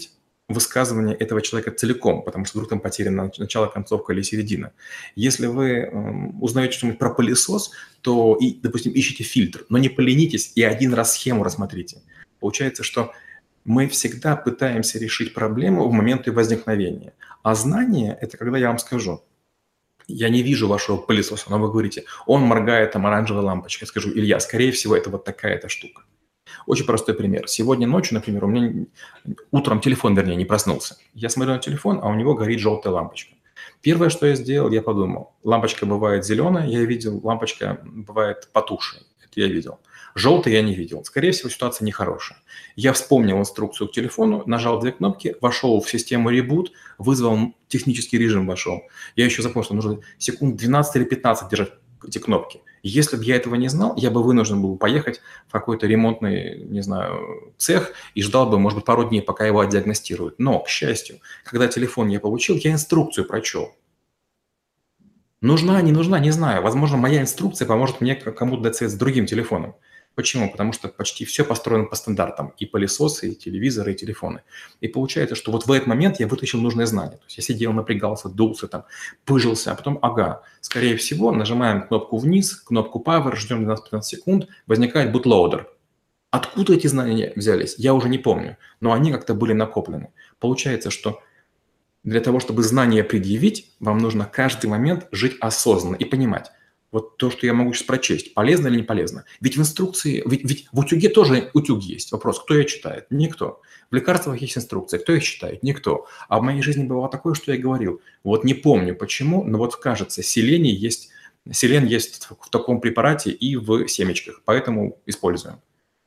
высказывание этого человека целиком, потому что вдруг там потеряно начало, концовка или середина. Если вы э, узнаете что-нибудь про пылесос, то, и, допустим, ищите фильтр, но не поленитесь и один раз схему рассмотрите. Получается, что мы всегда пытаемся решить проблему в момент ее возникновения. А знание – это когда я вам скажу, я не вижу вашего пылесоса, но вы говорите, он моргает там оранжевой лампочкой. Я скажу, Илья, скорее всего, это вот такая-то штука. Очень простой пример. Сегодня ночью, например, у меня утром телефон, вернее, не проснулся. Я смотрю на телефон, а у него горит желтая лампочка. Первое, что я сделал, я подумал, лампочка бывает зеленая, я видел, лампочка бывает потухшей, это я видел. Желтый я не видел. Скорее всего, ситуация нехорошая. Я вспомнил инструкцию к телефону, нажал две кнопки, вошел в систему ребут, вызвал технический режим, вошел. Я еще запомнил, что нужно секунд двенадцать или пятнадцать держать эти кнопки. Если бы я этого не знал, я бы вынужден был поехать в какой-то ремонтный, не знаю, цех и ждал бы, может быть, пару дней, пока его отдиагностируют. Но, к счастью, когда телефон я получил, я инструкцию прочел. Нужна, не нужна, не знаю. Возможно, моя инструкция поможет мне кому-то дать совет с другим телефоном. Почему? Потому что почти все построено по стандартам. И пылесосы, и телевизоры, и телефоны. И получается, что вот в этот момент я вытащил нужное знание. То есть я сидел, напрягался, дулся, там, пыжился, а потом, ага, скорее всего, нажимаем кнопку вниз, кнопку Power, ждем двенадцать-пятнадцать секунд, возникает bootloader. Откуда эти знания взялись, я уже не помню, но они как-то были накоплены. Получается, что для того, чтобы знания предъявить, вам нужно каждый момент жить осознанно и понимать, вот то, что я могу сейчас прочесть, полезно или не полезно. Ведь в инструкции, ведь, ведь в утюге тоже утюг есть. Вопрос, кто ее читает? Никто. В лекарствах есть инструкция, кто их читает? Никто. А в моей жизни бывало такое, что я говорил, вот не помню почему, но вот кажется, селений есть, селен есть в таком препарате и в семечках, поэтому используем.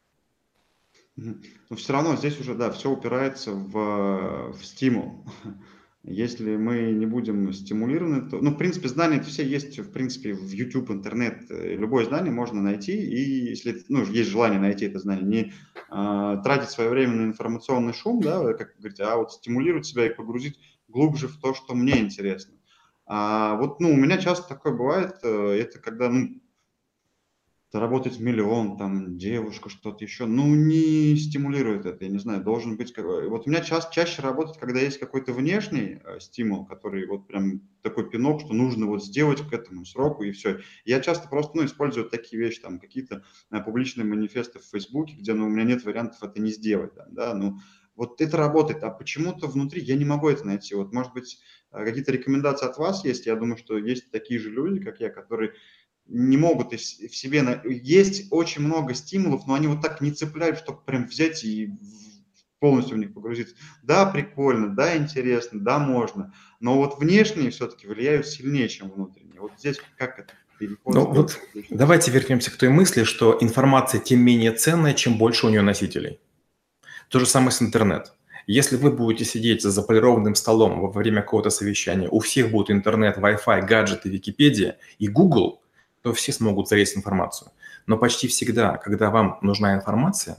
Но все равно здесь уже, да, все упирается в, в стимул. Если мы не будем стимулированы, то, ну, в принципе, знания все есть, в принципе, в YouTube, интернет. э, Любое знание можно найти, и если, ну, есть желание найти это знание, не а, тратить свое время на информационный шум, да, вот как вы говорите, а вот стимулировать себя и погрузить глубже в то, что мне интересно. А вот, ну, у меня часто такое бывает, э, это когда, ну, заработать миллион, там, девушка, что-то еще, ну, не стимулирует это, я не знаю, должен быть какой. Вот у меня час, чаще работает, когда есть какой-то внешний э, стимул, который вот прям такой пинок, что нужно вот сделать к этому сроку, и все. Я часто просто, ну, использую такие вещи, там, какие-то э, публичные манифесты в Фейсбуке, где, ну, у меня нет вариантов это не сделать, там, да, ну, вот это работает, а почему-то внутри я не могу это найти. Вот, может быть, э, какие-то рекомендации от вас есть? Я думаю, что есть такие же люди, как я, которые не могут в себе... на- Есть очень много стимулов, но они вот так не цепляют, чтобы прям взять и в- полностью в них погрузиться. Да, прикольно, да, интересно, да, можно, но вот внешние все-таки влияют сильнее, чем внутренние. Вот здесь как это переход Ну сделать? вот давайте вернемся к той мысли, что информация тем менее ценная, чем больше у нее носителей. То же самое с интернет. Если вы будете сидеть за заполированным столом во время какого-то совещания, у всех будет интернет, Wi-Fi, гаджеты, Википедия и Google, то все смогут залезть в информацию. Но почти всегда, когда вам нужна информация,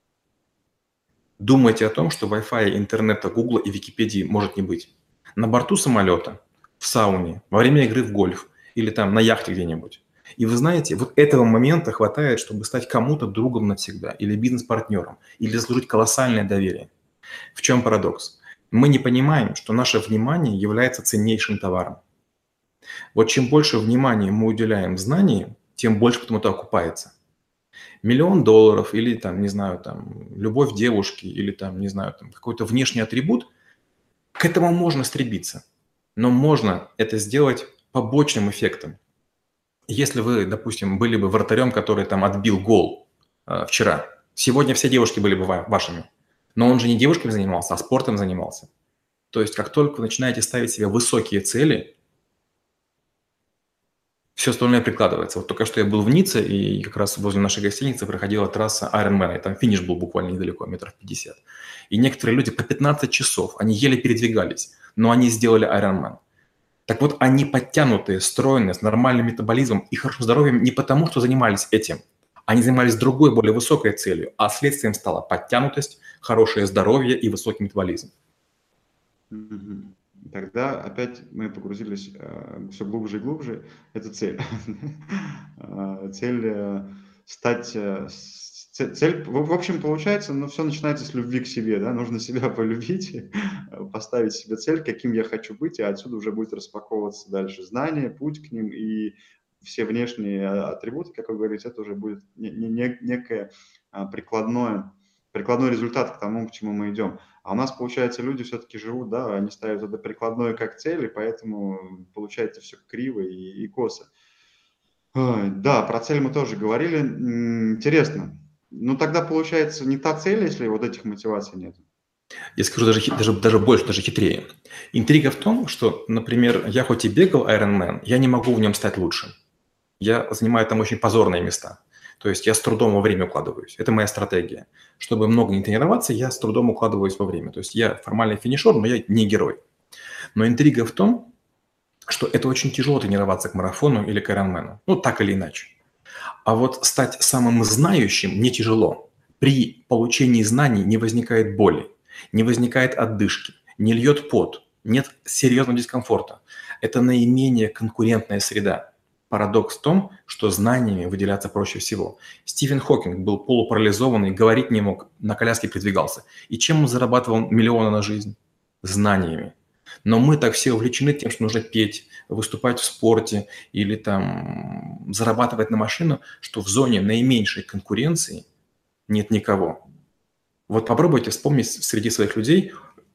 думайте о том, что Wi-Fi, интернета, Google и Википедии может не быть. На борту самолета, в сауне, во время игры в гольф или там на яхте где-нибудь. И вы знаете, вот этого момента хватает, чтобы стать кому-то другом навсегда или бизнес-партнером, или заслужить колоссальное доверие. В чем парадокс? Мы не понимаем, что наше внимание является ценнейшим товаром. Вот чем больше внимания мы уделяем знаниям, тем больше потом это окупается. Миллион долларов или там, не знаю, там, любовь девушки или там, не знаю, там, какой-то внешний атрибут, к этому можно стремиться. Но можно это сделать побочным эффектом. Если вы, допустим, были бы вратарем, который там отбил гол э, вчера, сегодня все девушки были бы ва- вашими. Но он же не девушками занимался, а спортом занимался. То есть как только вы начинаете ставить себе высокие цели, все остальное прикладывается. Вот только что я был в Ницце, и как раз возле нашей гостиницы проходила трасса Ironman, и там финиш был буквально недалеко, метров пятьдесят. И некоторые люди по пятнадцать часов, они еле передвигались, но они сделали Ironman. Так вот, они подтянутые, стройные, с нормальным метаболизмом и хорошим здоровьем не потому, что занимались этим. Они занимались другой, более высокой целью, а следствием стала подтянутость, хорошее здоровье и высокий метаболизм. Мгм. Тогда опять мы погрузились все глубже и глубже. Это цель. А, Цель э, стать, э, с- Ц- Цель, в в общем, получается, ну, все начинается с любви к себе, да, нужно себя полюбить, поставить себе цель, каким я хочу быть, и отсюда уже будет распаковываться дальше знания, путь к ним, и все внешние а, атрибуты, как вы говорите, это уже будет не- не- не- некое а, прикладное, прикладной результат к тому, к чему мы идем. А у нас, получается, люди все-таки живут, да, они ставят это прикладное как цель, и поэтому получается все криво и, и косо. Ой, да, про цель мы тоже говорили. М, Интересно. Ну, тогда получается не та цель, если вот этих мотиваций нет. Я скажу даже, хи- даже, даже больше, даже хитрее. Интрига в том, что, например, я хоть и бегал Ironman, я не могу в нем стать лучшим. Я занимаю там очень позорные места. То есть я с трудом во время укладываюсь. Это моя стратегия. Чтобы много не тренироваться, я с трудом укладываюсь во время. То есть я формальный финишер, но я не герой. Но интрига в том, что это очень тяжело тренироваться к марафону или к Ironman. Ну, так или иначе. А вот стать самым знающим не тяжело. При получении знаний не возникает боли, не возникает отдышки, не льет пот, нет серьезного дискомфорта. Это наименее конкурентная среда. Парадокс в том, что знаниями выделяться проще всего. Стивен Хокинг был полупарализованный, говорить не мог, на коляске передвигался. И чем он зарабатывал миллионы на жизнь? Знаниями. Но мы так все увлечены тем, что нужно петь, выступать в спорте или там зарабатывать на машину, что в зоне наименьшей конкуренции нет никого. Вот попробуйте вспомнить среди своих людей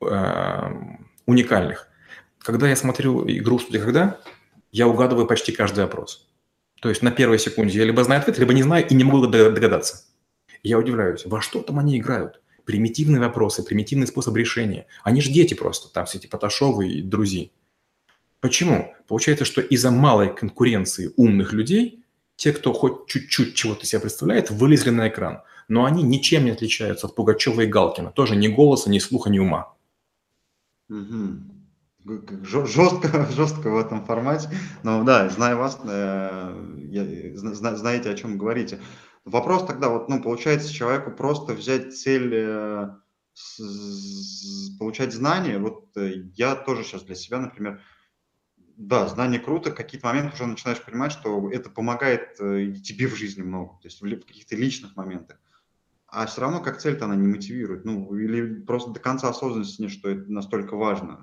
э, уникальных. Когда я смотрю игру «Что, где, когда», я угадываю почти каждый опрос. То есть на первой секунде я либо знаю ответ, либо не знаю и не могу догадаться. Я удивляюсь, во что там они играют? Примитивные вопросы, примитивный способ решения. Они же дети просто, там все эти Поташовы и друзья. Почему? Получается, что из-за малой конкуренции умных людей, те, кто хоть чуть-чуть чего-то себя представляет, вылезли на экран. Но они ничем не отличаются от Пугачева и Галкина. Тоже ни голоса, ни слуха, ни ума. Мгм. Г- г- жё- Жестко, жестко в этом формате. Но да, зная вас, э, я- зна- зна- знаете, о чем говорите. Вопрос тогда, вот, ну, получается, человеку просто взять цель э, с- с- получать знания. Вот э, я тоже сейчас для себя, например, да, знание круто, в какие-то моменты уже начинаешь понимать, что это помогает э, и тебе в жизни много, то есть в, ли- в каких-то личных моментах. А все равно как цель-то она не мотивирует. Ну, или просто до конца осознанности нет, что это настолько важно.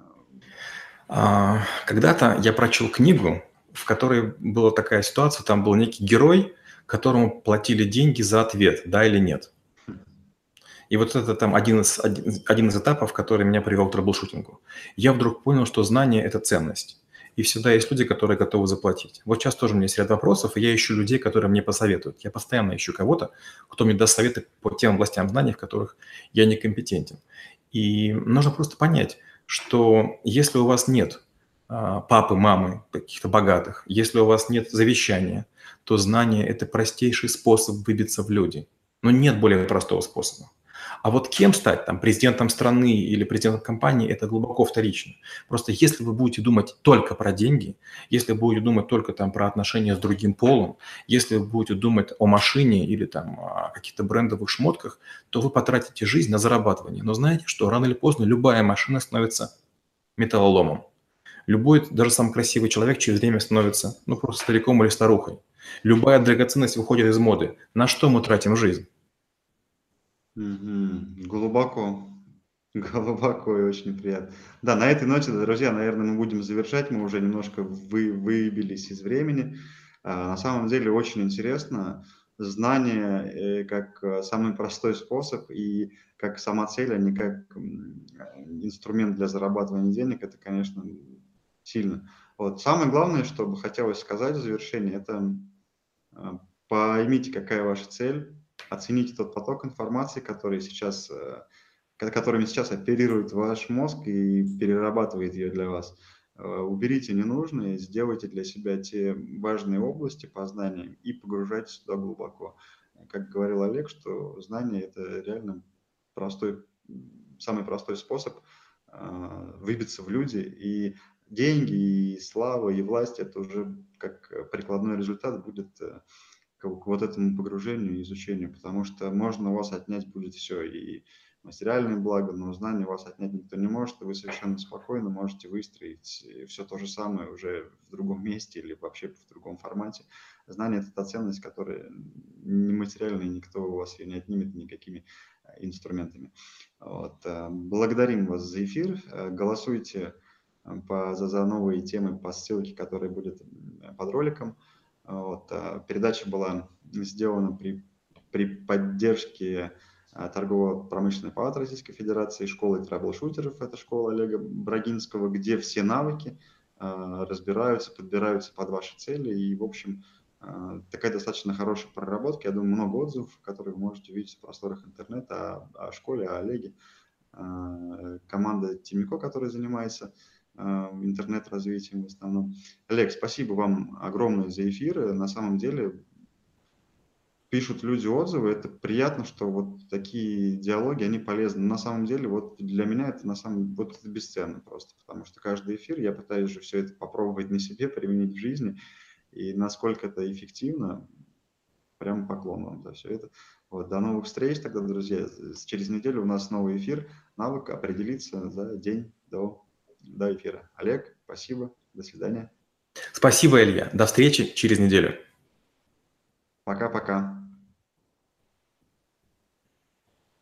А, Когда-то я прочел книгу, в которой была такая ситуация, там был некий герой, которому платили деньги за ответ, да или нет. И вот это там один из, один, один из этапов, который меня привел к трэблшутингу. Я вдруг понял, что знание – это ценность. И всегда есть люди, которые готовы заплатить. Вот сейчас тоже у меня есть ряд вопросов, и я ищу людей, которые мне посоветуют. Я постоянно ищу кого-то, кто мне даст советы по тем областям знаний, в которых я некомпетентен. И нужно просто понять, что если у вас нет а, папы, мамы, каких-то богатых, если у вас нет завещания, то знание – это простейший способ выбиться в люди. Но нет более простого способа. А вот кем стать, там, президентом страны или президентом компании, это глубоко вторично. Просто если вы будете думать только про деньги, если вы будете думать только там про отношения с другим полом, если вы будете думать о машине или там о каких-то брендовых шмотках, то вы потратите жизнь на зарабатывание. Но знаете, что рано или поздно любая машина становится металлоломом. Любой, даже самый красивый человек через время становится, ну, просто стариком или старухой. Любая драгоценность выходит из моды. На что мы тратим жизнь? Мгм. Глубоко, глубоко и очень приятно. Да, на этой ноте, друзья, наверное, мы будем завершать. Мы уже немножко вы, выбились из времени. А, на самом деле очень интересно. Знание э, как э, самый простой способ и как сама цель, а не как м, э, инструмент для зарабатывания денег, это, конечно, сильно. Вот. Самое главное, что бы хотелось сказать в завершении, это а, поймите, какая ваша цель, оцените тот поток информации, который сейчас, э, ко- которыми сейчас оперирует ваш мозг и перерабатывает ее для вас. Э, Уберите ненужные, сделайте для себя те важные области познания и погружайтесь туда глубоко. Как говорил Олег, что знание– это реально простой, м, самый простой способ а, выбиться в люди, и деньги, и слава, и власть– это уже как э, прикладной результат будет э, к к вот этому погружению и изучению, потому что можно у вас отнять будет все, и материальные блага, но знания у вас отнять никто не может, и вы совершенно спокойно можете выстроить все то же самое уже в другом месте или вообще в другом формате. Знание – это та ценность, которая нематериальная, и никто у вас ее не отнимет никакими э, инструментами. Вот. э, Благодарим вас за эфир. Э, Голосуйте э, по, за, за новые темы по ссылке, которая будет м, под роликом. Вот. э, Передача была сделана при, при поддержке э, Торгово-промышленной палаты Российской Федерации, школы трабл-шутеров, это школа Олега Брагинского, где все навыки э, разбираются, подбираются под ваши цели. И, в общем, э, такая достаточно хорошая проработка. Я думаю, много отзывов, которые вы можете увидеть в просторах интернета о, о школе, о Олеге. Э, Команда Тимико, которая занимается э, интернет-развитием в основном. Олег, спасибо вам огромное за эфир. На самом деле пишут люди отзывы, это приятно, что вот такие диалоги, они полезны. На самом деле, вот для меня это на самом вот это бесценно просто, потому что каждый эфир я пытаюсь же все это попробовать на себе, применить в жизни, и насколько это эффективно, прям поклон вам за все это. Вот, до новых встреч тогда, друзья. С- Через неделю у нас новый эфир. Навык определиться за день до, до эфира. Олег, спасибо. До свидания. Спасибо, Илья. До встречи через неделю. Пока-пока.